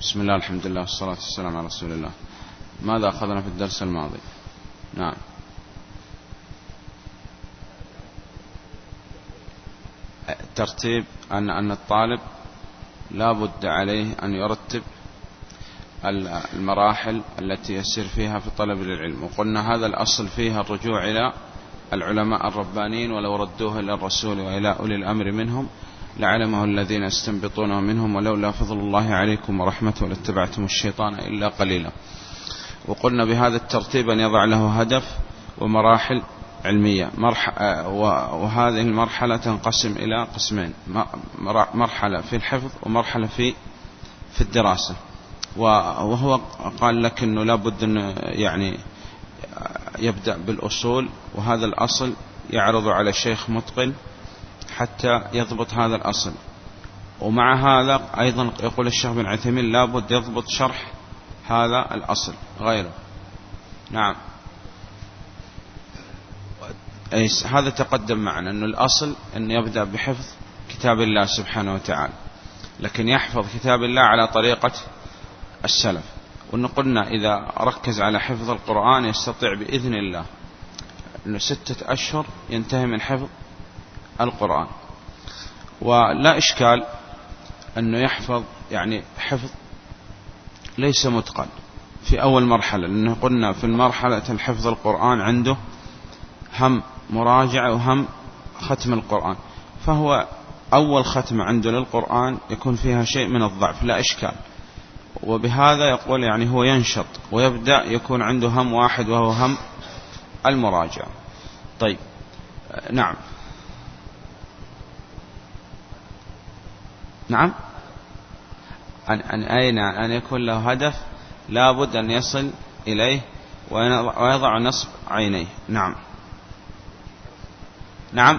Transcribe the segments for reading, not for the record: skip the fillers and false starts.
بسم الله الحمد لله والصلاة والسلام على رسول الله. ماذا أخذنا في الدرس الماضي؟ نعم. ترتيب أن الطالب لا بد عليه أن يرتب المراحل التي يسير فيها في طلب العلم، وقلنا هذا الأصل فيها الرجوع إلى العلماء الربانيين، ولو ردوه إلى الرسول وإلى أولي الأمر منهم لعلمه الذين يستنبطونه منهم، ولولا فضل الله عليكم ورحمته لاتبعتم الشيطان إلا قليلا. وقلنا بهذا الترتيب أن يضع له هدف ومراحل علمية، وهذه المرحلة تنقسم إلى قسمين: مرحلة في الحفظ ومرحلة في الدراسة. وهو قال لك أنه لابد أن يعني يبدأ بالأصول، وهذا الأصل يعرض على شيخ متقن حتى يضبط هذا الأصل. ومع هذا أيضا يقول الشيخ بن عثيمين لابد يضبط شرح هذا الأصل غيره. نعم، هذا تقدم معنا أن الأصل أن يبدأ بحفظ كتاب الله سبحانه وتعالى، لكن يحفظ كتاب الله على طريقة السلف. قلنا إذا ركز على حفظ القرآن يستطيع بإذن الله أنه 6 أشهر ينتهي من حفظ القرآن، ولا إشكال أنه يحفظ يعني حفظ ليس متقن في أول مرحلة، لأنه قلنا في المرحلة الحفظ القرآن عنده هم مراجعة وهم ختم القرآن، فهو أول ختم عنده للقرآن يكون فيها شيء من الضعف، لا إشكال. وبهذا يقول يعني هو ينشط ويبدأ يكون عنده هم واحد وهو هم المراجعة. طيب، نعم. نعم، أن يكون له هدف لابد أن يصل إليه ويضع نصب عينيه. نعم. نعم،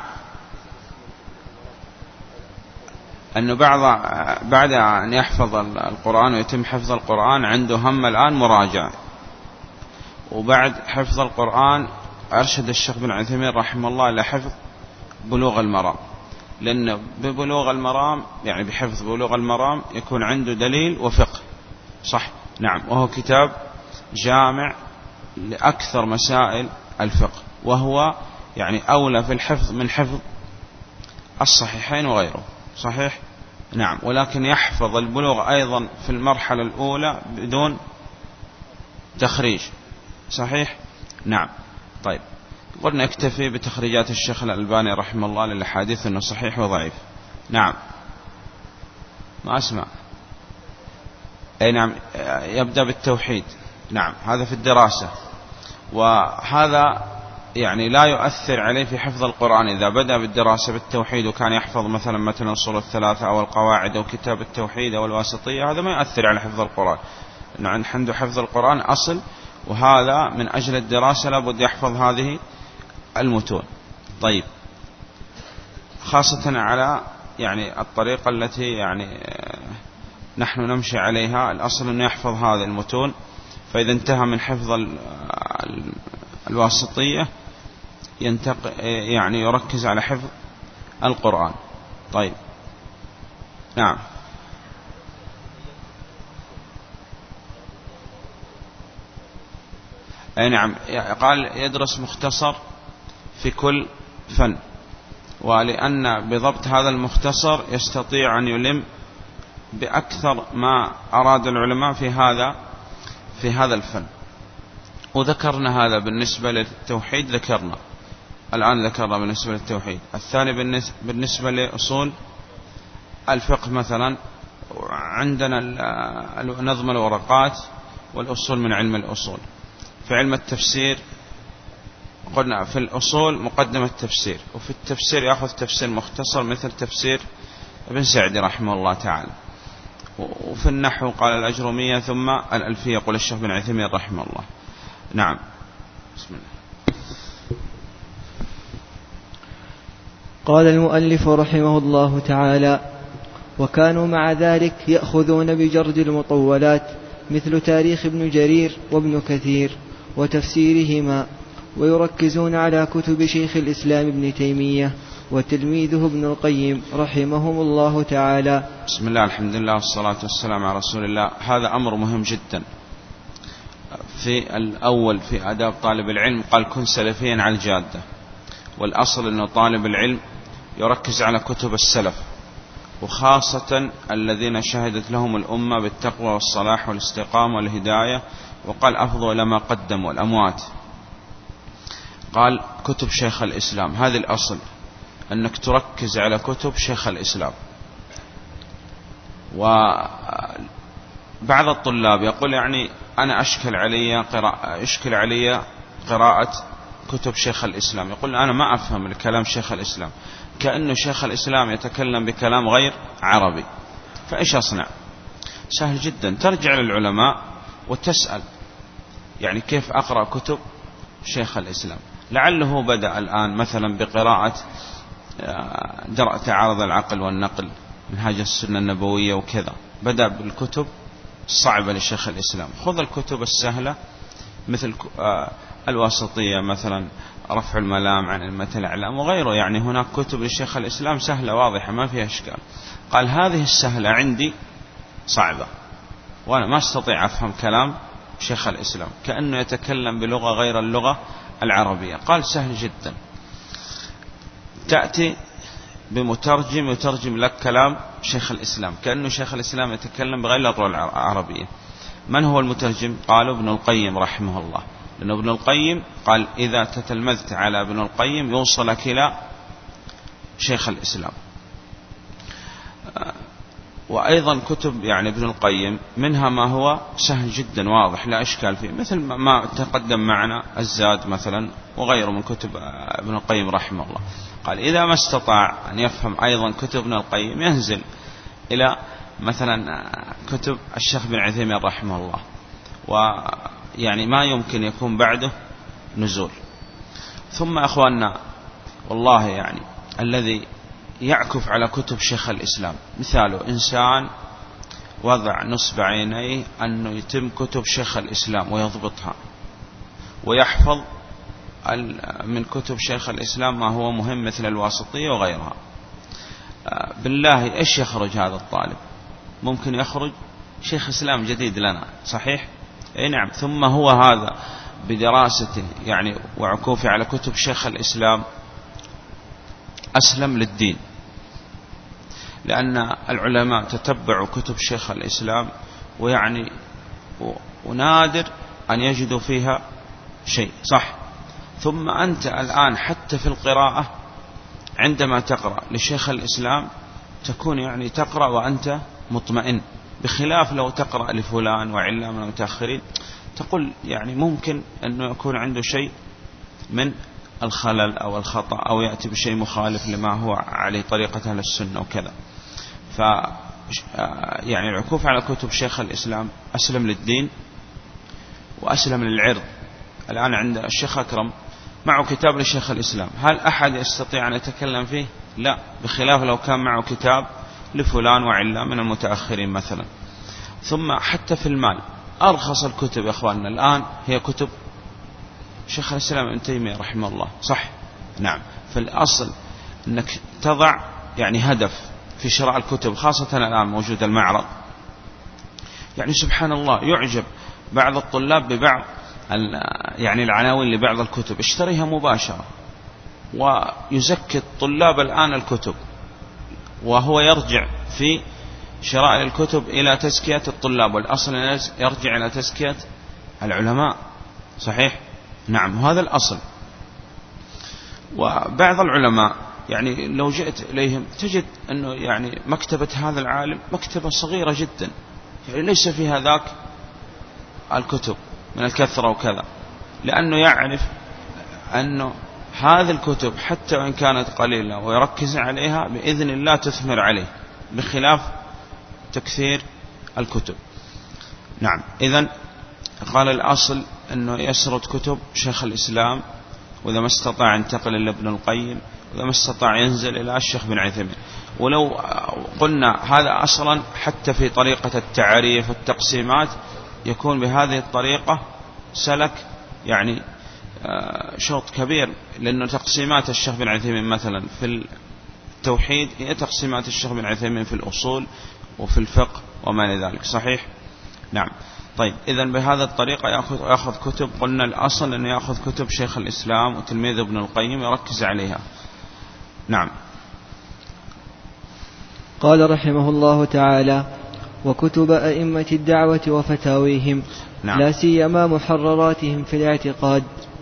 أنه بعد أن يحفظ القرآن ويتم حفظ القرآن عنده هم الآن مراجعة، وبعد حفظ القرآن أرشد الشيخ بن عثيمين رحمه الله لحفظ بلوغ المرام، لأن ببلوغ المرام يعني بحفظ بلوغ المرام يكون عنده دليل وفقه صح. نعم، وهو كتاب جامع لأكثر مسائل الفقه، وهو يعني أولى في الحفظ من حفظ الصحيحين وغيره صحيح. نعم، ولكن يحفظ البلوغ أيضا في المرحلة الأولى بدون تخريج صحيح. نعم. طيب، قلنا اكتفي بتخريجات الشيخ الألباني رحمه الله للأحاديث أنه صحيح وضعيف. نعم، ما أسمع. أي نعم، يبدأ بالتوحيد. نعم، هذا في الدراسة، وهذا يعني لا يؤثر عليه في حفظ القرآن. إذا بدأ بالدراسة بالتوحيد وكان يحفظ مثلا متن الأصول الثلاثة أو القواعد أو كتاب التوحيد أو الواسطية، هذا ما يؤثر على حفظ القرآن، لأنه عنده حفظ القرآن أصل، وهذا من أجل الدراسة لابد يحفظ هذه المتون. طيب، خاصة على يعني الطريقة التي يعني نحن نمشي عليها، الأصل أن يحفظ هذه المتون، فإذا انتهى من حفظ الواسطية يعني يركز على حفظ القرآن. طيب، نعم. أي نعم، قال يدرس مختصر في كل فن، ولأن بضبط هذا المختصر يستطيع أن يلم بأكثر ما أراد العلماء في هذا الفن. وذكرنا هذا بالنسبة للتوحيد، الآن ذكرنا بالنسبة للتوحيد. الثاني بالنسبة لأصول الفقه مثلا، عندنا نظم الورقات والأصول من علم الأصول. في علم التفسير قلنا في الأصول مقدمة التفسير، وفي التفسير يأخذ تفسير مختصر مثل تفسير ابن سعدي رحمه الله تعالى. وفي النحو قال الأجرومية ثم الألفية، يقول الشيخ بن عثيمين رحمه الله. نعم، بسم الله. قال المؤلف رحمه الله تعالى: وكانوا مع ذلك يأخذون بجرد المطولات مثل تاريخ ابن جرير وابن كثير وتفسيرهما، ويركزون على كتب شيخ الإسلام ابن تيمية وتلميذه ابن القيم رحمهم الله تعالى. بسم الله، الحمد لله، والصلاة والسلام على رسول الله. هذا أمر مهم جدا. في الأول في آداب طالب العلم قال: كن سلفيا على الجادة. والأصل أنه طالب العلم يركز على كتب السلف، وخاصة الذين شهدت لهم الأمة بالتقوى والصلاح والاستقامة والهداية، وقال: أفضل ما قدموا الأموات. قال: كتب شيخ الإسلام. هذه الأصل، أنك تركز على كتب شيخ الإسلام. وبعض الطلاب يقول: يعني أنا أشكل علي قراءة كتب شيخ الإسلام. يقول: أنا ما أفهم الكلام شيخ الإسلام، كأنه شيخ الإسلام يتكلم بكلام غير عربي. فإيش أصنع؟ سهل جدا، ترجع للعلماء وتسأل يعني كيف أقرأ كتب شيخ الإسلام. لعله بدأ الآن مثلا بقراءة درء تعارض العقل والنقل، منهاج السنة النبوية وكذا، بدأ بالكتب الصعبة لشيخ الإسلام. خذ الكتب السهلة مثل الواسطية مثلا، رفع الملام عن أئمة الأعلام وغيره. يعني هناك كتب لشيخ الإسلام سهلة واضحة ما فيها إشكال. قال: هذه السهلة عندي صعبة، وأنا ما استطيع أفهم كلام شيخ الإسلام، كأنه يتكلم بلغة غير اللغة العربية. قال: سهل جدا، تأتي بمترجم يترجم لك كلام شيخ الإسلام، كأنه شيخ الإسلام يتكلم بغير اللغة العربية. من هو المترجم؟ قالوا: ابن القيم رحمه الله. لأن ابن القيم قال: إذا تتلمذت على ابن القيم يوصلك إلى شيخ الإسلام. وأيضا كتب يعني ابن القيم منها ما هو سهل جدا واضح لا إشكال فيه، مثل ما تقدم معنا الزاد مثلا وغيره من كتب ابن القيم رحمه الله. قال: إذا ما استطاع أن يفهم أيضا كتب ابن القيم ينزل إلى مثلا كتب الشيخ بن عثيمين رحمه الله، ويعني ما يمكن يكون بعده نزول. ثم أخواننا والله يعني الذي يعكف على كتب شيخ الإسلام مثاله إنسان وضع نصب عينيه أنه يتم كتب شيخ الإسلام ويضبطها ويحفظ من كتب شيخ الإسلام ما هو مهم مثل الواسطية وغيرها. بالله إيش يخرج هذا الطالب؟ ممكن يخرج شيخ إسلام جديد لنا، صحيح؟ أي نعم. ثم هو هذا بدراسته يعني وعكوفه على كتب شيخ الإسلام أسلم للدين، لأن العلماء تتبعوا كتب شيخ الإسلام ويعني ونادر أن يجدوا فيها شيء، صح؟ ثم أنت الآن حتى في القراءة عندما تقرأ لشيخ الإسلام تكون يعني تقرأ وأنت مطمئن، بخلاف لو تقرأ لفلان وعلة من المتأخرين تقول يعني ممكن أنه يكون عنده شيء من الخلل أو الخطأ أو يأتي بشيء مخالف لما هو عليه طريقة أهل السنة وكذا. يعني العكوف على كتب شيخ الإسلام أسلم للدين وأسلم للعرض. الآن عند الشيخ أكرم معه كتاب لشيخ الإسلام، هل أحد يستطيع أن يتكلم فيه؟ لا، بخلاف لو كان معه كتاب لفلان وعلة من المتأخرين مثلا. ثم حتى في المال أرخص الكتب يا أخواننا الآن هي كتب شيخ الإسلام ابن تيمية رحمه الله، صح؟ نعم. فالأصل أنك تضع يعني هدف في شراء الكتب، خاصة الآن موجود المعرض. يعني سبحان الله يعجب بعض الطلاب ببعض يعني العناوين لبعض الكتب، اشتريها مباشرة ويزكي الطلاب الآن الكتب، وهو يرجع في شراء الكتب إلى تزكية الطلاب، والأصل يرجع إلى تزكية العلماء، صحيح؟ نعم، وهذا الأصل. وبعض العلماء يعني لو جئت إليهم تجد أنه يعني مكتبة هذا العالم مكتبة صغيرة جدا، يعني ليس فيها ذاك الكتب من الكثرة وكذا، لأنه يعرف أنه هذه الكتب حتى وإن كانت قليلة ويركز عليها بإذن الله تثمر عليه، بخلاف تكثير الكتب. نعم. إذن قال الأصل أنه يسرد كتب شيخ الإسلام، وإذا ما استطاع ينتقل إلى ابن القيم، وإذا ما استطاع ينزل إلى الشيخ بن عثيمين. ولو قلنا هذا أصلا حتى في طريقة التعريف والتقسيمات يكون بهذه الطريقة سلك يعني شوط كبير، لأنه تقسيمات الشيخ بن عثيمين مثلا في التوحيد هي تقسيمات الشيخ بن عثيمين في الأصول وفي الفقه وما لذلك. صحيح؟ نعم. طيب إذن بهذا الطريقة يأخذ كتب، قلنا الأصل أنه يأخذ كتب شيخ الإسلام وتلميذ ابن القيم يركز عليها. نعم. قال رحمه الله تعالى: وكتب أئمة الدعوة وفتاويهم، نعم. لا سيما محرراتهم في الاعتقاد.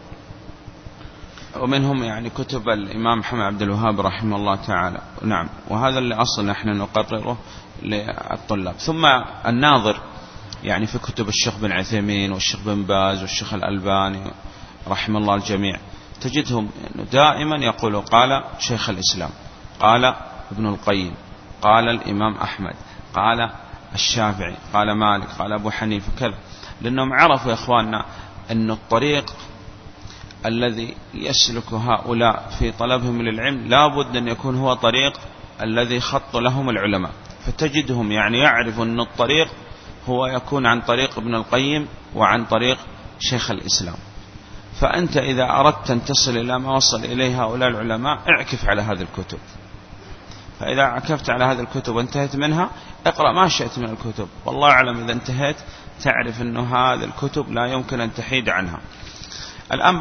ومنهم يعني كتب الإمام محمد عبد الوهاب رحمه الله تعالى. نعم. وهذا اللي أصل نحن نقرره للطلاب. ثم الناظر يعني في كتب الشيخ بن عثيمين والشيخ بن باز والشيخ الألباني رحمه الله الجميع، تجدهم دائما يقولوا قال شيخ الإسلام، قال ابن القيم، قال الإمام أحمد، قال الشافعي، قال مالك، قال أبو حنيفة كذا، لأنهم عرفوا يا إخواننا أن الطريق الذي يسلك هؤلاء في طلبهم للعلم لا بد أن يكون هو طريق الذي خط لهم العلماء. فتجدهم يعني يعرف أن الطريق هو يكون عن طريق ابن القيم وعن طريق شيخ الإسلام. فأنت إذا أردت أن تصل إلى ما وصل إليه هؤلاء العلماء اعكف على هذه الكتب. فإذا عكفت على هذه الكتب وانتهيت منها اقرأ ما شئت من الكتب، والله أعلم إذا انتهيت تعرف أن هذه الكتب لا يمكن أن تحيد عنها. الآن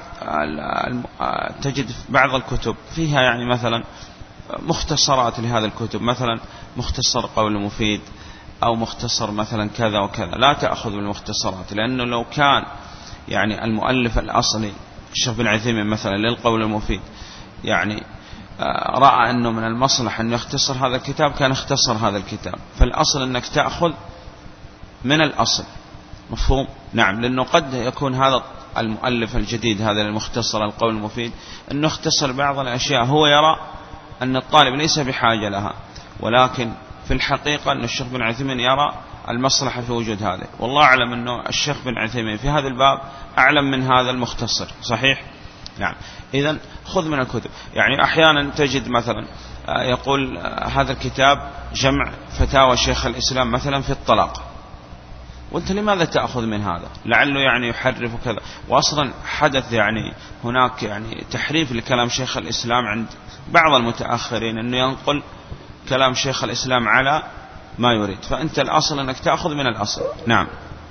تجد بعض الكتب فيها يعني مثلا مختصرات لهذه الكتب، مثلا مختصر قول مفيد أو مختصر مثلا كذا وكذا، لا تأخذ بالمختصرات، لأنه لو كان يعني المؤلف الأصلي الشيخ بن عثيمين مثلا للقول المفيد يعني رأى أنه من المصلحة أن يختصر هذا الكتاب كان اختصر هذا الكتاب. فالأصل أنك تأخذ من الأصل. مفهوم؟ نعم. لأنه قد يكون هذا المؤلف الجديد هذا المختصر القول المفيد أنه اختصر بعض الأشياء هو يرى أن الطالب ليس بحاجة لها، ولكن في الحقيقة أن الشيخ بن عثيمين يرى المصلحة في وجود هذا. والله أعلم أنه الشيخ بن عثيمين في هذا الباب أعلم من هذا المختصر. صحيح؟ نعم. إذن خذ من الكتب. يعني أحيانا تجد مثلا يقول هذا الكتاب جمع فتاوى شيخ الإسلام مثلا في الطلاق، وأنت لماذا تأخذ من هذا؟ لعله يعني يحرف كذا. وأصلا حدث يعني هناك يعني تحريف لكلام شيخ الإسلام عند بعض المتأخرين أنه ينقل كلام شيخ الإسلام على ما يريد. فأنت الأصل أنك تأخذ من الأصل. نعم.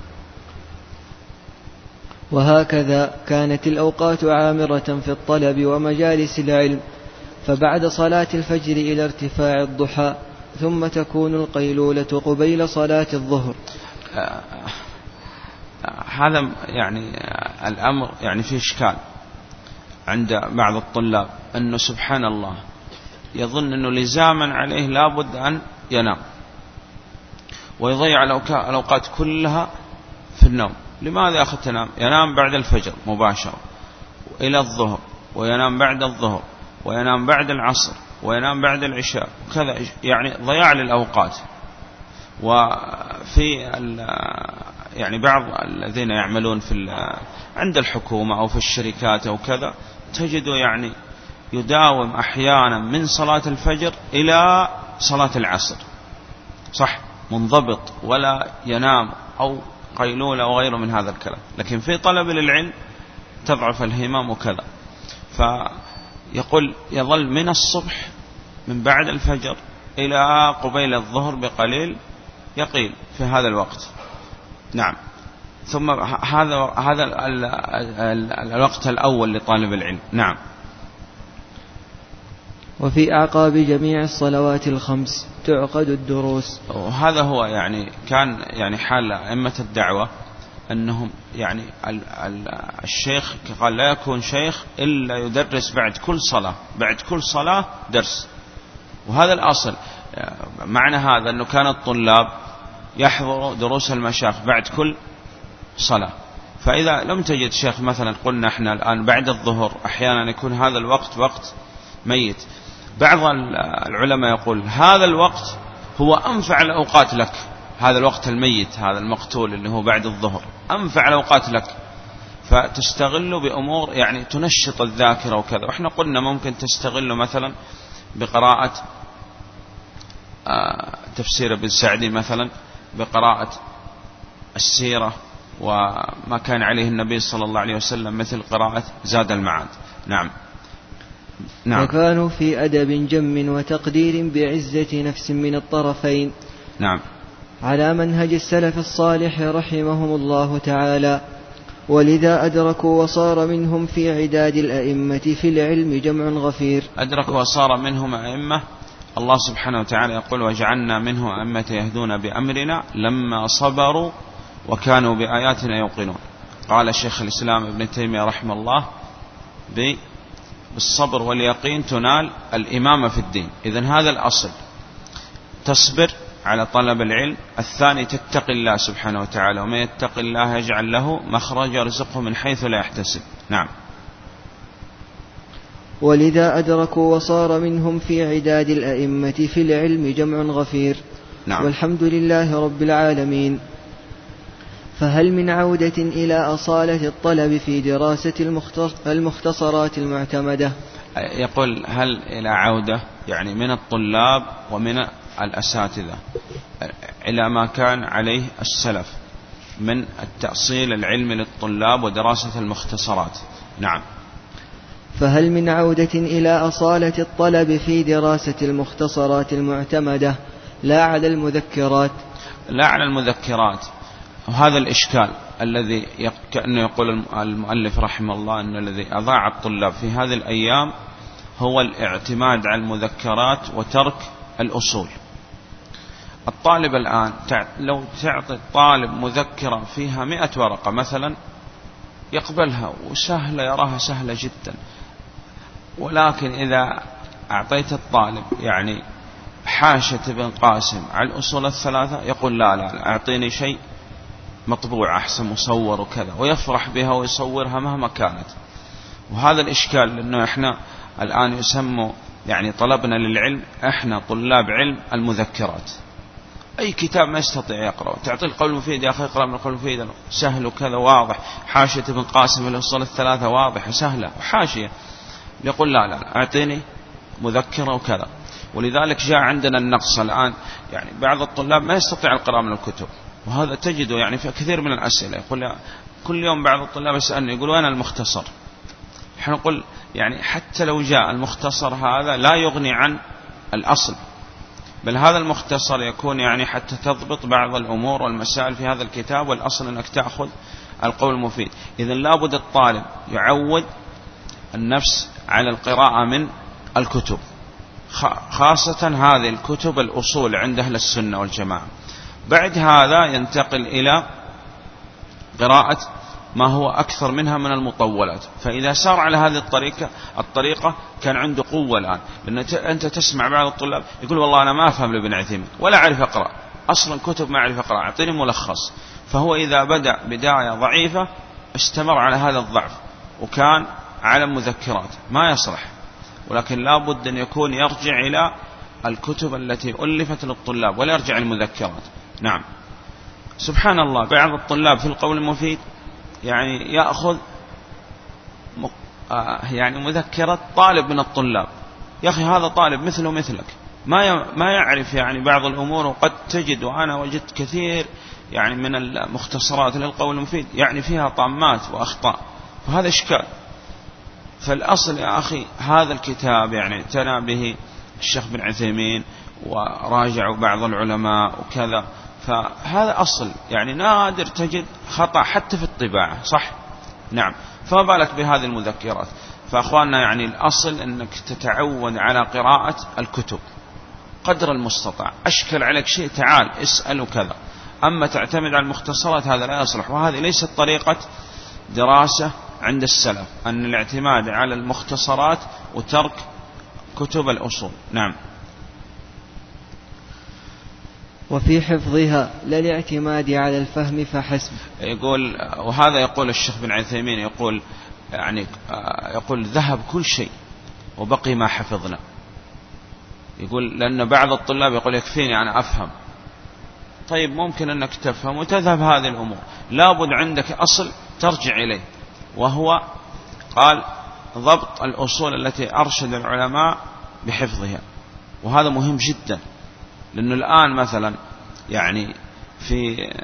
وهكذا كانت الأوقات عامرة في الطلب ومجالس العلم، فبعد صلاة الفجر إلى ارتفاع الضحى، ثم تكون القيلولة قبيل صلاة الظهر. هذا يعني الأمر يعني فيه إشكال عند بعض الطلاب، أنه سبحان الله يظن أنه لزاما عليه لابد أن ينام ويضيع الأوقات كلها في النوم. لماذا أخذ تنام؟ ينام بعد الفجر مباشرة إلى الظهر، وينام بعد الظهر، وينام بعد العصر، وينام بعد العشاء كذا، يعني ضياع للأوقات. وفي يعني بعض الذين يعملون عند الحكومة أو في الشركات أو كذا تجدوا يعني يداوم أحيانا من صلاة الفجر إلى صلاة العصر، صح، منضبط ولا ينام أو قيلولة أو غيره من هذا الكلام. لكن في طلب للعلم تضعف الهمام وكذا، فيقول يظل من الصبح من بعد الفجر إلى قبيل الظهر بقليل يقيل في هذا الوقت. نعم. ثم هذا الوقت الأول لطالب العلم. نعم. وفي أعقاب جميع الصلوات الخمس تعقد الدروس. وهذا هو يعني كان يعني حال أئمة الدعوة أنهم يعني الشيخ قال لا يكون شيخ إلا يدرس بعد كل صلاة درس. وهذا الأصل. معنى هذا أنه كان الطلاب يحضروا دروس المشايخ بعد كل صلاة. فإذا لم تجد شيخ مثلا، قلنا احنا الآن بعد الظهر أحيانا يكون هذا الوقت وقت ميت، بعض العلماء يقول هذا الوقت هو أنفع الأوقات لك، هذا الوقت الميت هذا المقتول اللي هو بعد الظهر أنفع الأوقات لك، فتستغله بأمور يعني تنشط الذاكرة وكذا. وإحنا قلنا ممكن تستغله مثلا بقراءة تفسير ابن سعدي مثلا، بقراءة السيرة وما كان عليه النبي صلى الله عليه وسلم مثل قراءة زاد المعاد. نعم. نعم. وكانوا في أدب جم وتقدير بعزة نفس من الطرفين. نعم. على منهج السلف الصالح رحمهم الله تعالى، ولذا أدركوا وصار منهم في عداد الأئمة في العلم جمع غفير. أدركوا وصار منهم أئمة، الله سبحانه وتعالى يقول وجعلنا منهم أئمة يهدون بأمرنا لما صبروا وكانوا بآياتنا يوقنون. قال شيخ الإسلام ابن تيمية رحمه الله بالصبر واليقين تنال الإمامة في الدين. إذن هذا الأصل، تصبر على طلب العلم. الثاني تتقي الله سبحانه وتعالى، ومن يتق الله يجعل له مخرج يرزقه من حيث لا يحتسب. نعم. ولذا أدركوا وصار منهم في عداد الأئمة في العلم جمع غفير. نعم. والحمد لله رب العالمين. فهل من عودة إلى أصالة الطلب في دراسة المختصرات المعتمدة؟ يقول هل إلى عودة، يعني من الطلاب ومن الأساتذة إلى ما كان عليه السلف من التأصيل العلمي للطلاب ودراسة المختصرات. نعم. فهل من عودة إلى أصالة الطلب في دراسة المختصرات المعتمدة لا على المذكرات؟ لا على المذكرات. وهذا الإشكال الذي كأنه يقول المؤلف رحمه الله أن الذي أضاع الطلاب في هذه الأيام هو الاعتماد على المذكرات وترك الأصول. الطالب الآن لو تعطي الطالب مذكرة فيها 100 ورقة مثلا يقبلها وسهلة، يراها سهلة جدا، ولكن إذا أعطيت الطالب يعني حاشة ابن قاسم على الأصول الثلاثة يقول لا أعطيني شيء مطبوع أحسن مصور وكذا، ويفرح بها ويصورها مهما كانت. وهذا الإشكال، لأنه إحنا الآن يسمى يعني طلبنا للعلم إحنا طلاب علم المذكرات. أي كتاب ما يستطيع يقرأ، تعطي القول المفيد يا أخي اقرأ من القول المفيد سهل وكذا واضح، حاشية ابن قاسم الأصول الثلاثة واضحة سهلة وحاشية، يقول لا أعطيني مذكرة وكذا. ولذلك جاء عندنا النقص الآن، يعني بعض الطلاب ما يستطيع القراءة من الكتب، وهذا تجده يعني في كثير من الأسئلة. يقول كل يوم بعض الطلاب يسألني يقول وين المختصر؟ نحن نقول يعني حتى لو جاء المختصر هذا لا يغني عن الأصل، بل هذا المختصر يكون يعني حتى تضبط بعض الأمور والمسائل في هذا الكتاب، والأصل أنك تأخذ القول المفيد. إذن لابد الطالب يعود النفس على القراءة من الكتب، خاصة هذه الكتب الأصول عند أهل السنة والجماعة. بعد هذا ينتقل إلى قراءة ما هو أكثر منها من المطولات. فإذا سار على هذه الطريقة كان عنده قوة الآن. لأن أنت تسمع بعض الطلاب يقول والله أنا ما أفهم لابن عثيمين ولا أعرف أقرأ، أصلا كتب ما أعرف أقرأ، أعطيني ملخص. فهو إذا بدأ بداية ضعيفة استمر على هذا الضعف وكان على مذكرات ما يصلح، ولكن لا بد أن يكون يرجع إلى الكتب التي ألفت للطلاب ولا يرجع المذكرات. نعم. سبحان الله، بعض الطلاب في القول المفيد يعني يأخذ يعني مذكرة طالب من الطلاب. يا أخي هذا طالب مثله مثلك ما يعرف يعني بعض الأمور، وقد تجد وأنا وجدت كثير يعني من المختصرات للقول المفيد يعني فيها طامات وأخطاء، فهذا إشكال. فالأصل يا أخي هذا الكتاب يعني اعتنى به الشيخ بن عثيمين وراجعوا بعض العلماء وكذا، فهذا أصل يعني نادر تجد خطأ حتى في الطباعة، صح؟ نعم. فما بالك بهذه المذكرات. فأخواننا يعني الأصل أنك تتعود على قراءة الكتب قدر المستطاع. أشكل عليك شيء تعال اسأل وكذا، أما تعتمد على المختصرات هذا لا يصلح، وهذه ليست طريقة دراسة عند السلف، أن الاعتماد على المختصرات وترك كتب الأصول. نعم. وفي حفظها لا الاعتماد على الفهم فحسب. يقول، وهذا يقول الشيخ بن عثيمين يقول يعني يقول ذهب كل شيء وبقي ما حفظنا. يقول لأن بعض الطلاب يقول يكفيني أنا أفهم. طيب ممكن أنك تفهم وتذهب هذه الأمور، لابد عندك أصل ترجع إليه، وهو قال ضبط الأصول التي أرشد العلماء بحفظها. وهذا مهم جدا، لأنه الآن مثلا يعني في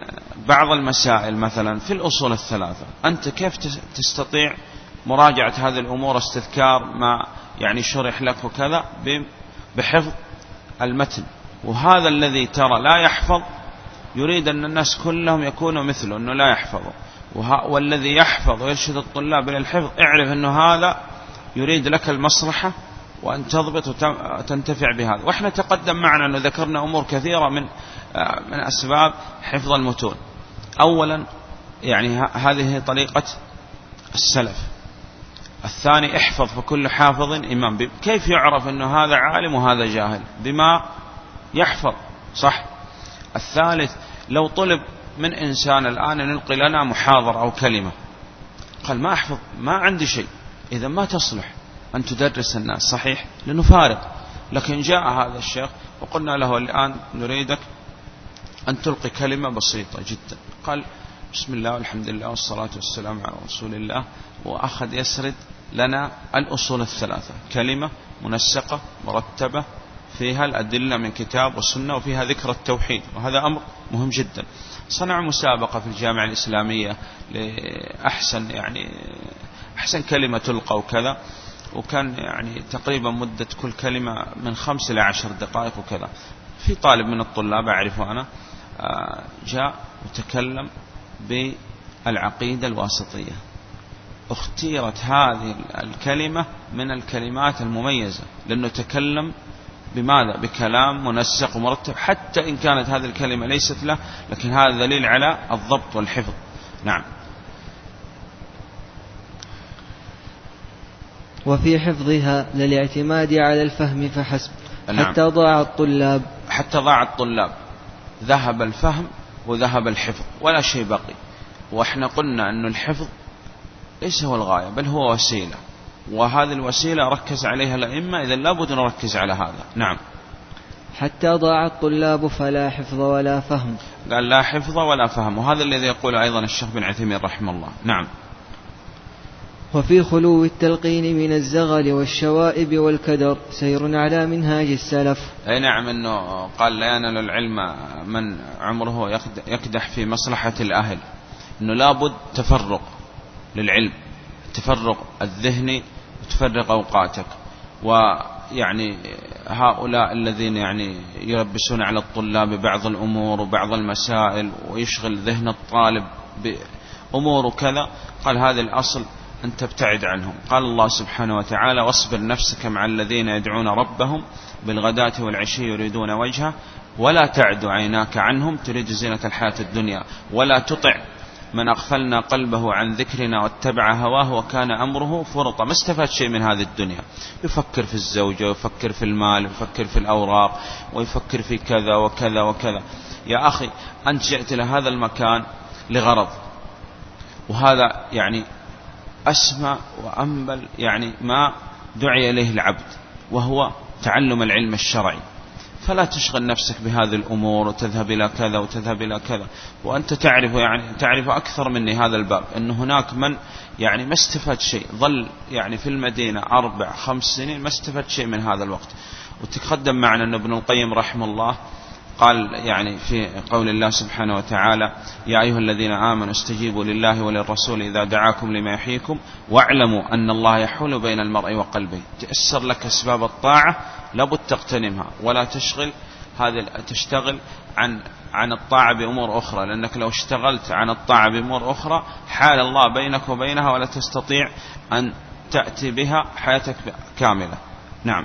بعض المسائل مثلا في الأصول الثلاثة، أنت كيف تستطيع مراجعة هذه الأمور، استذكار ما يعني شرح لك وكذا بحفظ المتن. وهذا الذي ترى لا يحفظ يريد أن الناس كلهم يكونوا مثله، أنه لا يحفظوا. والذي يحفظ ويرشد الطلاب إلى الحفظ اعرف أنه هذا يريد لك المصلحة، وأن تضبط وتنتفع بهذا. وإحنا تقدم معنا أنه ذكرنا أمور كثيرة من أسباب حفظ المتون. أولا يعني هذه طريقة السلف. الثاني احفظ فكل حافظ إمام. كيف يعرف أنه هذا عالم وهذا جاهل؟ بما يحفظ، صح. الثالث لو طلب من إنسان الآن نلقي لنا محاضرة أو كلمة، قال ما أحفظ، ما عندي شيء، إذا ما تصلح أن تدرس الناس، صحيح، لأنه فارغ. لكن جاء هذا الشيخ وقلنا له الآن نريدك أن تلقي كلمة بسيطة جدا، قال بسم الله والحمد لله والصلاة والسلام على رسول الله، وأخذ يسرد لنا الأصول الثلاثة، كلمة منسقة مرتبة فيها الأدلة من كتاب والسنة وفيها ذكر التوحيد، وهذا أمر مهم جدا. صنع مسابقة في الجامعة الإسلامية لأحسن أحسن كلمة تلقى وكذا، وكان يعني تقريبا مدة كل كلمة من 5 إلى 10 دقائق وكذا. في طالب من الطلاب أعرفه أنا جاء وتكلم بالعقيدة الواسطية، اختيرت هذه الكلمة من الكلمات المميزة، لأنه تكلم بماذا؟ بكلام منسق ومرتب، حتى إن كانت هذه الكلمة ليست له، لكن هذا دليل على الضبط والحفظ. نعم. وفي حفظها للاعتماد على الفهم فحسب. نعم. حتى ضاع الطلاب ذهب الفهم وذهب الحفظ ولا شيء بقي. وإحنا قلنا أن الحفظ ليس هو الغاية بل هو وسيلة، وهذه الوسيلة ركز عليها الأئمة، إذن لابد نركز على هذا. نعم. حتى ضاع الطلاب فلا حفظ ولا فهم. قال لا حفظ ولا فهم، وهذا الذي يقول أيضا الشيخ بن عثيمين رحمه الله. نعم. وفي خلو التلقين من الزغل والشوائب والكدر سير على منهاج السلف. أي نعم، أنه قال لا ينال العلم من عمره يكدح في مصلحة الأهل، أنه لابد تفرق للعلم، تفرق الذهني وتفرق أوقاتك. ويعني هؤلاء الذين يعني يلبسون على الطلاب بعض الأمور وبعض المسائل ويشغل ذهن الطالب بأمور كذا، قال هذا الأصل أن تبتعد عنهم. قال الله سبحانه وتعالى واصبر نفسك مع الذين يدعون ربهم بالغداة والعشي يريدون وجهه ولا تعد عيناك عنهم تريد زينة الحياة الدنيا ولا تطع من أغفلنا قلبه عن ذكرنا واتبع هواه وكان أمره فرطا. ما استفاد شيء من هذه الدنيا، يفكر في الزوجة ويفكر في المال ويفكر في الأوراق ويفكر في كذا وكذا وكذا. يا أخي أنت جئت إلى هذا المكان لغرض، وهذا يعني أسمى وأنبل يعني ما دعي إليه العبد، وهو تعلم العلم الشرعي. فلا تشغل نفسك بهذه الأمور وتذهب إلى كذا وتذهب إلى كذا. وأنت تعرف أكثر مني هذا الباب، أن هناك من يعني ما استفاد شيء، ظل يعني في المدينة 4-5 سنين ما استفاد شيء من هذا الوقت. وتقدم معنا أن ابن القيم رحمه الله قال يعني في قول الله سبحانه وتعالى يا أيها الذين آمنوا استجيبوا لله وللرسول إذا دعاكم لما يحييكم واعلموا أن الله يحول بين المرء وقلبه. تأسر لك أسباب الطاعة لابد تغتنمها، ولا تشتغل عن الطاعة بأمور أخرى، لأنك لو اشتغلت عن الطاعة بأمور أخرى حال الله بينك وبينها ولا تستطيع أن تأتي بها حياتك كاملة. نعم.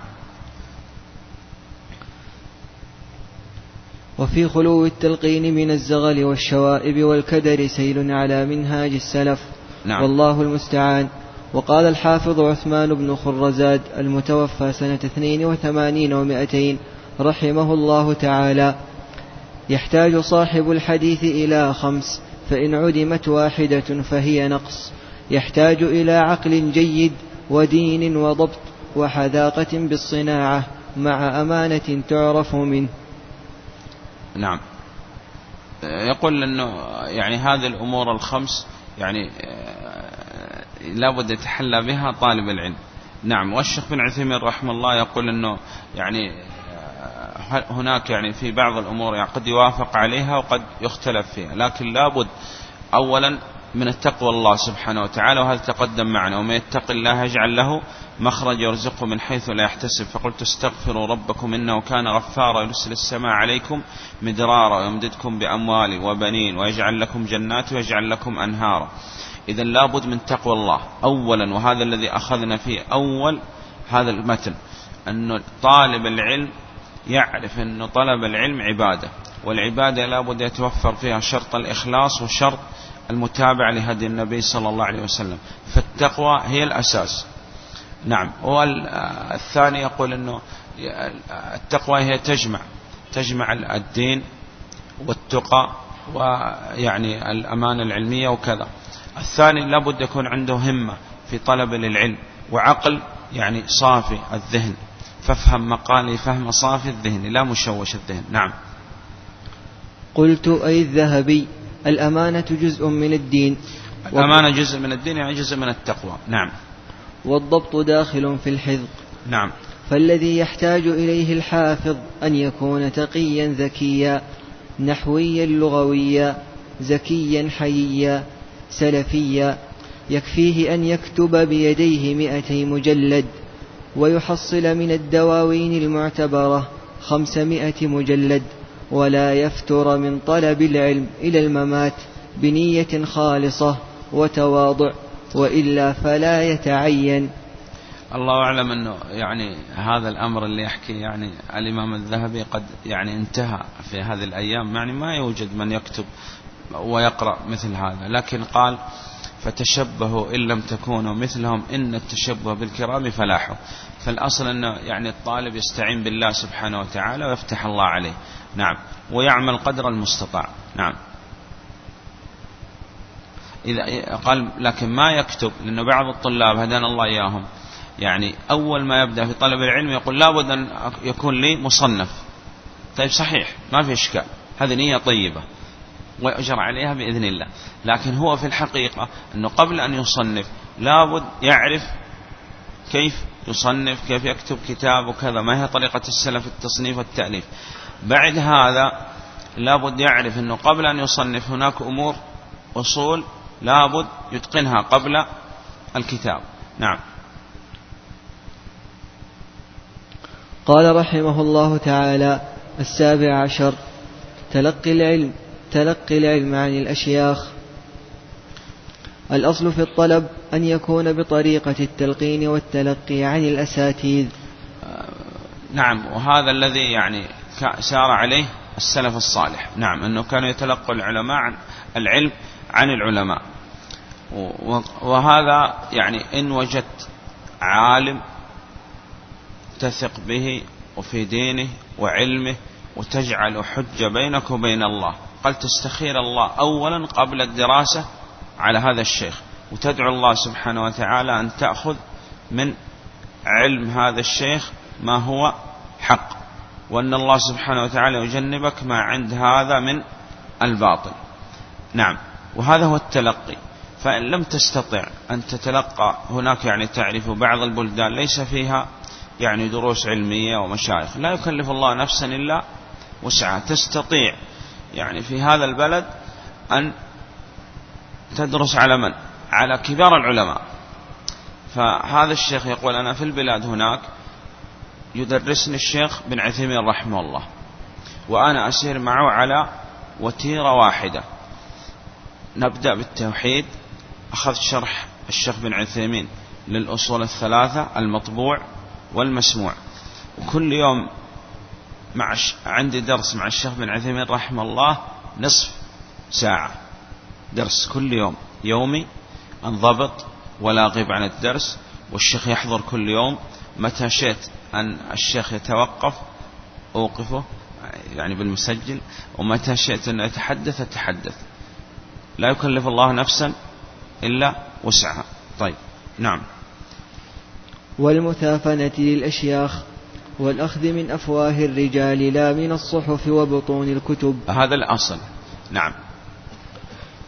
وفي خلو التلقين من الزغل والشوائب والكدر سيل على منهاج السلف. نعم. والله المستعان. وقال الحافظ عثمان بن خرزاد المتوفى سنة 82 و200 رحمه الله تعالى يحتاج صاحب الحديث إلى 5، فإن عدمت واحدة فهي نقص. يحتاج إلى عقل جيد ودين وضبط وحذاقة بالصناعة مع أمانة تعرف منه. نعم. يقول أنه يعني هذه الأمور ال5 يعني لابد يتحلى بها طالب العلم. نعم. والشيخ بن عثيمين رحمه الله يقول أنه يعني هناك يعني في بعض الأمور يعني قد يوافق عليها وقد يختلف فيها، لكن لابد أولا من التقوى الله سبحانه وتعالى، وهذا تقدم معنا: ومن يتق الله يجعل له مخرج يرزقه من حيث لا يحتسب، فقلت استغفروا ربكم إنه كان غفارا يرسل السماء عليكم مدرارا ويمددكم بأموال وبنين ويجعل لكم جنات ويجعل لكم أنهارا. إذن لابد من تقوى الله أولا، وهذا الذي أخذنا فيه أول هذا المتن، أن طالب العلم يعرف أن طلب العلم عبادة، والعبادة لابد يتوفر فيها شرط الإخلاص وشرط المتابعة لهدي النبي صلى الله عليه وسلم، فالتقوى هي الأساس. نعم. والثاني يقول أنه التقوى هي تجمع الدين والتقى ويعني الأمانة العلمية وكذا. الثاني لابد يكون عنده همة في طلب للعلم وعقل يعني صافي الذهن، فافهم مقالي فهم صافي الذهن لا مشوش الذهن. نعم. قلت أي الذهبي: الأمانة جزء من الدين. الأمانة جزء من الدين يعني جزء من التقوى. نعم. والضبط داخل في الحفظ. نعم. فالذي يحتاج إليه الحافظ أن يكون تقيا ذكيا، نحويا لغويا، زكيا حييا، سلفيا، يكفيه أن يكتب بيديه 200 مجلد، ويحصل من الدواوين المعتبرة 500 مجلد، ولا يفتر من طلب العلم إلى الممات بنية خالصة وتواضع، وإلا فلا يتعين. الله أعلم أنه يعني هذا الأمر اللي يحكي يعني الإمام الذهبي قد يعني انتهى في هذه الأيام، يعني ما يوجد من يكتب ويقرأ مثل هذا، لكن قال: فتشبهوا إن لم تكونوا مثلهم إن التشبه بالكرام فلاحوا. فالأصل أنه يعني الطالب يستعين بالله سبحانه وتعالى ويفتح الله عليه. نعم. ويعمل قدر المستطاع. نعم. إذا قال لكن ما يكتب، لأنه بعض الطلاب هدانا الله إياهم يعني أول ما يبدأ في طلب العلم يقول لابد أن يكون لي مصنف. طيب صحيح، ما في إشكال، هذه نية طيبة ويؤجر عليها بإذن الله، لكن هو في الحقيقة أنه قبل أن يصنف لابد يعرف كيف يصنف، كيف يكتب كتاب وكذا، ما هي طريقة السلف التصنيف والتأليف. بعد هذا لابد يعرف أنه قبل أن يصنف هناك أمور أصول لابد يتقنها قبل الكتاب. نعم. قال رحمه الله تعالى: 17. تلقي العلم عن الأشياخ. الأصل في الطلب أن يكون بطريقة التلقين والتلقي عن الأساتذة. نعم. وهذا الذي يعني سار عليه السلف الصالح. نعم. أنه كانوا يتلقوا العلماء عن العلم عن العلماء. وهذا يعني إن وجدت عالم تثق به وفي دينه وعلمه وتجعل حجة بينك وبين الله، قال تستخير الله أولا قبل الدراسة على هذا الشيخ، وتدعو الله سبحانه وتعالى أن تأخذ من علم هذا الشيخ ما هو حق، وأن الله سبحانه وتعالى يجنبك ما عند هذا من الباطل. نعم. وهذا هو التلقي. فإن لم تستطع أن تتلقى، هناك يعني تعرف بعض البلدان ليس فيها يعني دروس علمية ومشايخ، لا يكلف الله نفسا إلا وسعها، تستطيع يعني في هذا البلد أن تدرس على من؟ على كبار العلماء. فهذا الشيخ يقول أنا في البلاد هناك يدرسني الشيخ بن عثيمين رحمه الله، وأنا أسير معه على وتيرة واحدة، نبدأ بالتوحيد. أخذت شرح الشيخ بن عثيمين للأصول الثلاثة المطبوع والمسموع، وكل يوم عندي درس مع الشيخ بن عثيمين رحمه الله نصف ساعة درس كل يوم يومي، انضبط ولا أغيب عن الدرس، والشيخ يحضر كل يوم. متى شئت أن الشيخ يتوقف أوقفه يعني بالمسجل، ومتى شئت أن أتحدث أتحدث، لا يكلف الله نفسا إلا وسعها. طيب. نعم. والمثافنة للأشياخ والأخذ من أفواه الرجال لا من الصحف وبطون الكتب. هذا الأصل. نعم.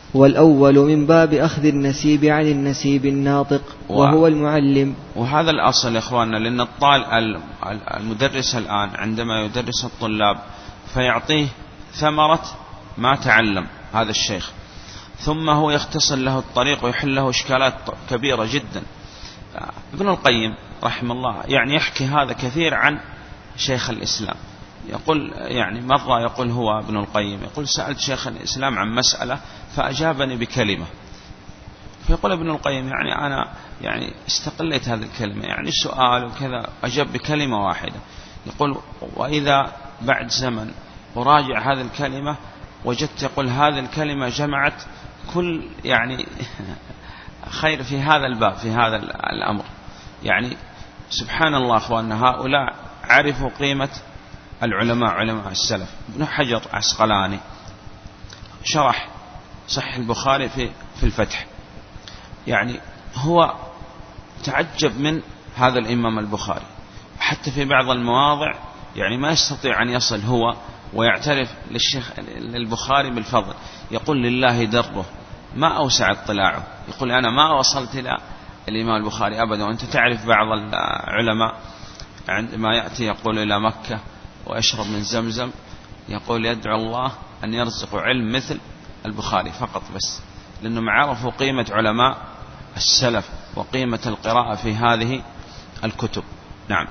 والأول من باب أخذ النسيب عن النسيب الناطق وهو المعلم. وهذا الأصل يا إخواننا، لأن المدرس الآن عندما يدرس الطلاب فيعطيه ثمرة ما تعلم هذا الشيخ، ثم هو يختصر له الطريق ويحل له إشكالات كبيرة جدا. ابن القيم رحمه الله يعني يحكي هذا كثير عن شيخ الإسلام. يقول يعني مرة يقول هو ابن القيم يقول سألت شيخ الإسلام عن مسألة فأجابني بكلمة، فيقول ابن القيم يعني أنا يعني استقلت هذه الكلمة، يعني السؤال وكذا أجاب بكلمة واحدة. يقول وإذا بعد زمن أراجع هذه الكلمة وجدت يقول هذه الكلمة جمعت كل يعني خير في هذا الباب في هذا الأمر. يعني سبحان الله أخواننا، هؤلاء عرفوا قيمة العلماء علماء السلف. ابن حجر عسقلاني شرح صحيح البخاري في الفتح، يعني هو تعجب من هذا الإمام البخاري، حتى في بعض المواضع يعني ما يستطيع أن يصل هو ويعترف للشيخ البخاري بالفضل. يقول لله دره ما أوسع اطلاعه، يقول أنا ما وصلت إلى الإمام البخاري أبدا. وأنت تعرف بعض العلماء عندما يأتي يقول إلى مكة ويشرب من زمزم يقول يدعو الله أن يرزق علم مثل البخاري فقط بس، لأنهم عرفوا قيمة علماء السلف وقيمة القراءة في هذه الكتب. نعم.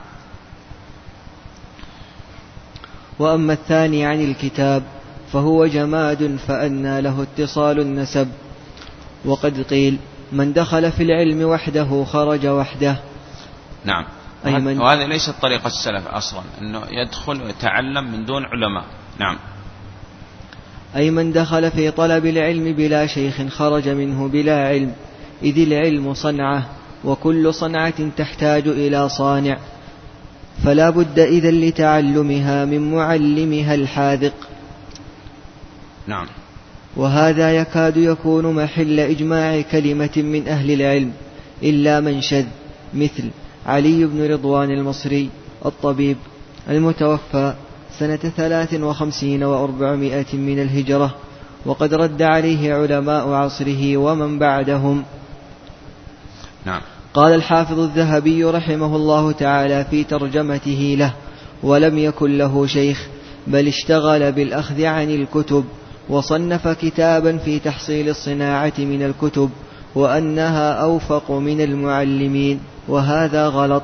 وأما الثاني عن الكتاب فهو جماد فأنى له اتصال النسب. وقد قيل من دخل في العلم وحده خرج وحده. نعم. وهذه ليست طريقة السلف أصلا، أنه يدخل ويتعلم من دون علماء. نعم. أي من دخل في طلب العلم بلا شيخ خرج منه بلا علم، إذ العلم صنعة وكل صنعة تحتاج إلى صانع، فلا بد إذن لتعلمها من معلمها الحاذق. نعم. وهذا يكاد يكون محل إجماع كلمة من أهل العلم إلا من شذ، مثل علي بن رضوان المصري الطبيب المتوفى سنة 53 و400 من الهجرة، وقد رد عليه علماء عصره ومن بعدهم. نعم. قال الحافظ الذهبي رحمه الله تعالى في ترجمته له: ولم يكن له شيخ، بل اشتغل بالأخذ عن الكتب، وصنف كتابا في تحصيل الصناعة من الكتب، وأنها أوفق من المعلمين، وهذا غلط.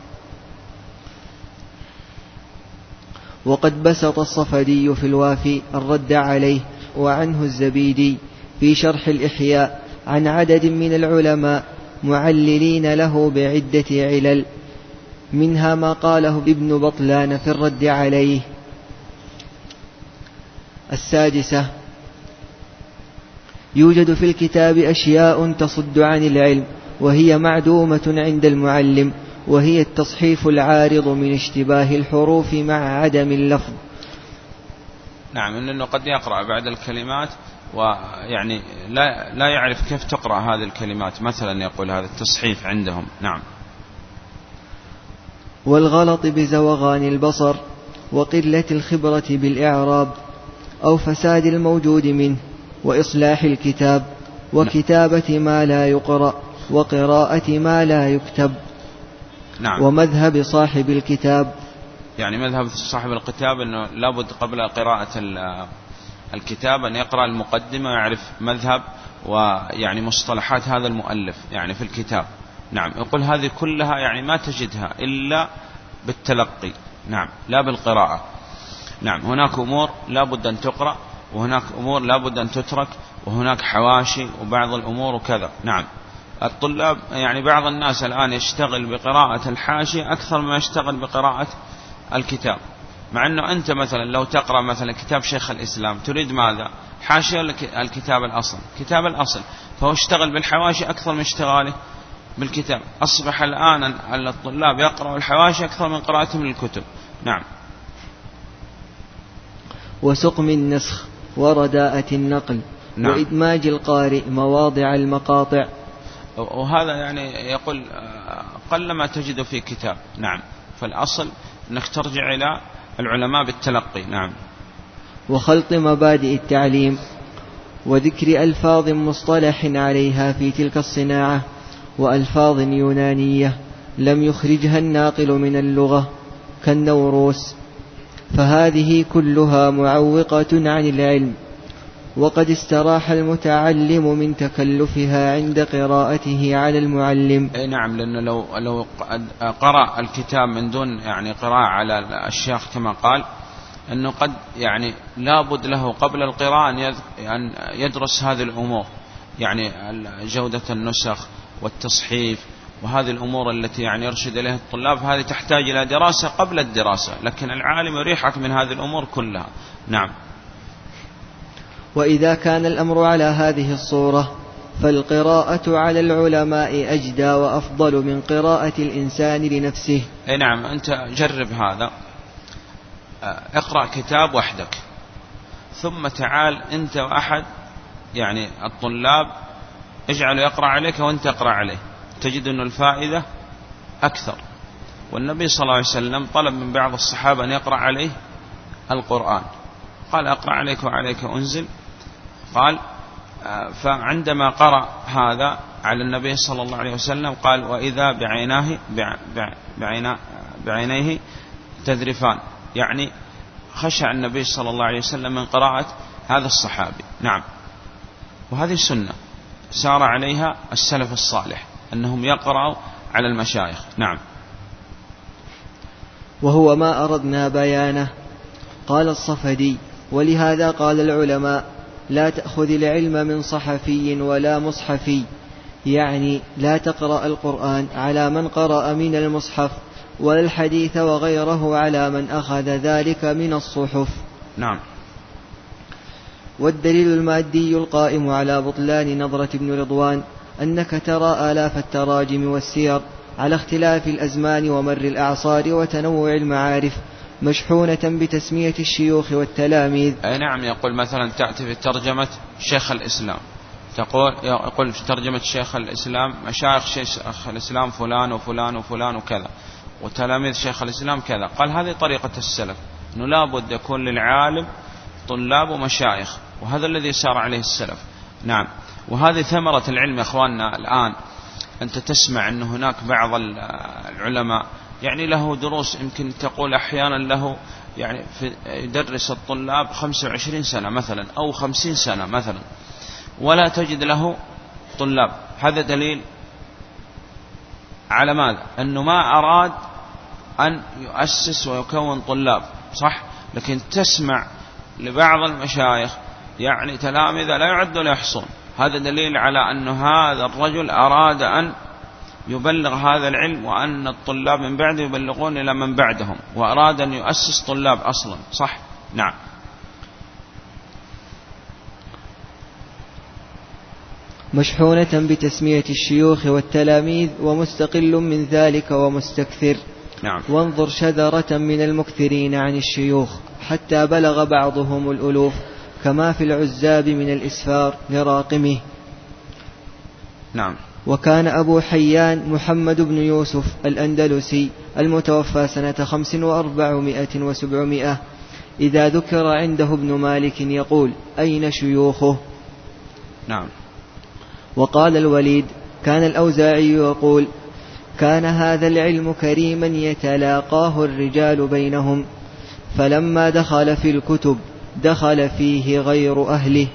وقد بسط الصفدي في الوافي الرد عليه، وعنه الزبيدي في شرح الإحياء عن عدد من العلماء معللين له بعدة علل، منها ما قاله ابن بطلان في الرد عليه. 6. يوجد في الكتاب أشياء تصد عن العلم وهي معدومة عند المعلم، وهي التصحيف العارض من اشتباه الحروف مع عدم اللفظ. نعم. إنه قد يقرأ بعد الكلمات ويعني لا يعرف كيف تقرأ هذه الكلمات، مثلا يقول هذا التصحيف عندهم. نعم. والغلط بزوغان البصر، وقلة الخبرة بالإعراب، أو فساد الموجود منه، وإصلاح الكتاب، وكتابة ما لا يقرأ، وقراءة ما لا يكتب. نعم. ومذهب صاحب الكتاب، يعني مذهب صاحب الكتاب أنه لابد قبل قراءة الكتاب أن يقرأ المقدمة ويعرف مذهب ويعني مصطلحات هذا المؤلف يعني في الكتاب. نعم. يقول هذه كلها يعني ما تجدها إلا بالتلقي. نعم. لا بالقراءة. نعم. هناك أمور لابد أن تقرأ، وهناك أمور لابد أن تترك، وهناك حواشي وبعض الأمور وكذا. نعم. الطلاب يعني بعض الناس الآن يشتغل بقراءة الحاشي أكثر ما يشتغل بقراءة الكتاب، مع أنه أنت مثلا لو تقرأ مثلا كتاب شيخ الإسلام تريد ماذا؟ حاشية الكتاب الأصل، كتاب الأصل، فهو اشتغل بالحواشي أكثر من اشتغاله بالكتاب. أصبح الآن الطلاب يقرأوا الحواشي أكثر من قراءتهم للكتب. نعم. وسقم النسخ، ورداءة النقل. نعم. وإدماج القارئ مواضع المقاطع. وهذا يعني يقول قلما تجد في كتاب. نعم. فالأصل أنك ترجع إلى العلماء بالتلقي. نعم. وخلط مبادئ التعليم، وذكر ألفاظ مصطلح عليها في تلك الصناعة وألفاظ يونانية لم يخرجها الناقل من اللغة كالنوروس، فهذه كلها معوقة عن العلم، وقد استراح المتعلم من تكلفها عند قراءته على المعلم. أي نعم، لأنه لو قرأ الكتاب من دون يعني قراءة على الشيخ كما قال، أنه قد يعني لابد له قبل القراءة أن يدرس هذه الأمور، يعني جودة النسخ والتصحيف وهذه الأمور التي يعني يرشد إليها الطلاب، هذه تحتاج إلى دراسة قبل الدراسة، لكن العالم يريحك من هذه الأمور كلها. نعم. وإذا كان الأمر على هذه الصورة فالقراءة على العلماء أجدى وأفضل من قراءة الإنسان لنفسه. أي نعم، أنت جرب هذا، اقرأ كتاب وحدك، ثم تعال أنت وأحد يعني الطلاب اجعله يقرأ عليك وأنت اقرأ عليه، تجد أن الفائدة أكثر. والنبي صلى الله عليه وسلم طلب من بعض الصحابة أن يقرأ عليه القرآن، قال أقرأ عليك وعليك أنزل. قال فعندما قرأ هذا على النبي صلى الله عليه وسلم قال وإذا بعينيه تذرفان، يعني خشع النبي صلى الله عليه وسلم من قراءة هذا الصحابي. نعم. وهذه سنة سار عليها السلف الصالح أنهم يقرأوا على المشايخ. نعم. وهو ما أردنا بيانه. قال الصفدي: ولهذا قال العلماء: لا تأخذ العلم من صحفي ولا مصحفي، يعني لا تقرأ القرآن على من قرأ من المصحف، ولا الحديث وغيره على من أخذ ذلك من الصحف. نعم. والدليل المادي القائم على بطلان نظرة ابن رضوان أنك ترى آلاف التراجم والسير على اختلاف الأزمان ومر الأعصار وتنوع المعارف مشحونة بتسمية الشيوخ والتلاميذ. أي نعم، يقول مثلا تأتي في ترجمة شيخ الإسلام، يقول في ترجمة شيخ الإسلام مشايخ شيخ الإسلام فلان وفلان وفلان وكذا، وتلاميذ شيخ الإسلام كذا. قال هذه طريقة السلف، أنه لا بد يكون للعالم طلاب ومشايخ، وهذا الذي سار عليه السلف. نعم. وهذه ثمرة العلم يا أخواننا. الآن أنت تسمع أن هناك بعض العلماء يعني له دروس، يمكن تقول أحيانا له يعني يدرس الطلاب 25 سنة مثلا أو 50 سنة مثلا، ولا تجد له طلاب. هذا دليل على ماذا؟ أنه ما أراد أن يؤسس ويكون طلاب، صح؟ لكن تسمع لبعض المشايخ يعني تلامذة لا يعد ولا يحصون. هذا دليل على أن هذا الرجل أراد أن يبلغ هذا العلم، وأن الطلاب من بعده يبلغون إلى من بعدهم، وأراد أن يؤسس طلاب أصلا، صح؟ نعم. مشحونة بتسمية الشيوخ والتلاميذ ومستقل من ذلك ومستكثر. نعم. وانظر شذرة من المكثرين عن الشيوخ حتى بلغ بعضهم الألوف، كما في العزاب من الإسفار لراقمه. نعم. وكان أبو حيان محمد بن يوسف الأندلسي المتوفى سنة 45 و700 إذا ذكر عنده ابن مالك يقول: أين شيوخه؟ نعم. وقال الوليد: كان الأوزاعي يقول: كان هذا العلم كريما يتلاقاه الرجال بينهم، فلما دخل في الكتب دخل فيه غير أهله.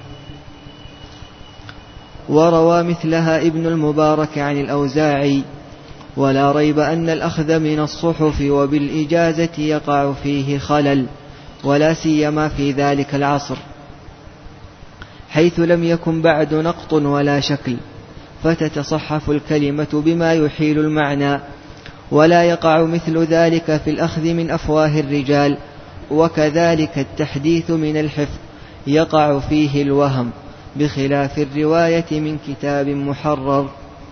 وروى مثلها ابن المبارك عن الأوزاعي: ولا ريب أن الأخذ من الصحف وبالإجازة يقع فيه خلل، ولا سيما في ذلك العصر، حيث لم يكن بعد نقط ولا شكل، فتتصحف الكلمة بما يحيل المعنى، ولا يقع مثل ذلك في الأخذ من أفواه الرجال. وكذلك التحديث من الحفظ يقع فيه الوهم، بخلاف الرواية من كتاب محرر.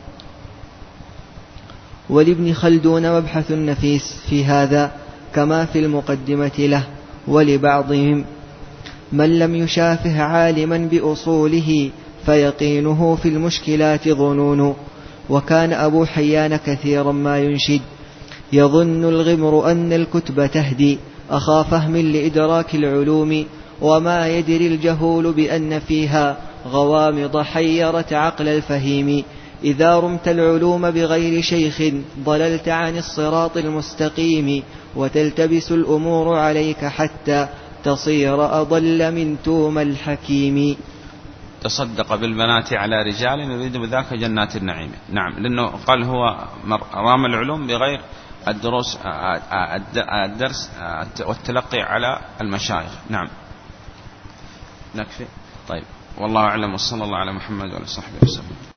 ولابن خلدون مبحث نفيس في هذا، كما في المقدمة له. ولبعضهم: من لم يشافه عالما بأصوله فيقينه في المشكلات ظنون. وكان أبو حيان كثيرا ما ينشد: يظن الغمر أن الكتب تهدي أخا فهم لإدراك العلوم، وما يدري الجهول بأن فيها غوامض حيرت عقل الفهيم. إذا رمت العلوم بغير شيخ ضللت عن الصراط المستقيم، وتلتبس الأمور عليك حتى تصير أضل من توم الحكيم. تصدق بالبنات على رجال يريد بذاك جنات النعيم. نعم، لأنه قال هو رام العلوم بغير الدرس والتلقي على المشايخ. نعم، نكفي. طيب، والله أعلم، وصلى الله على محمد وعلى صحبه وسلم.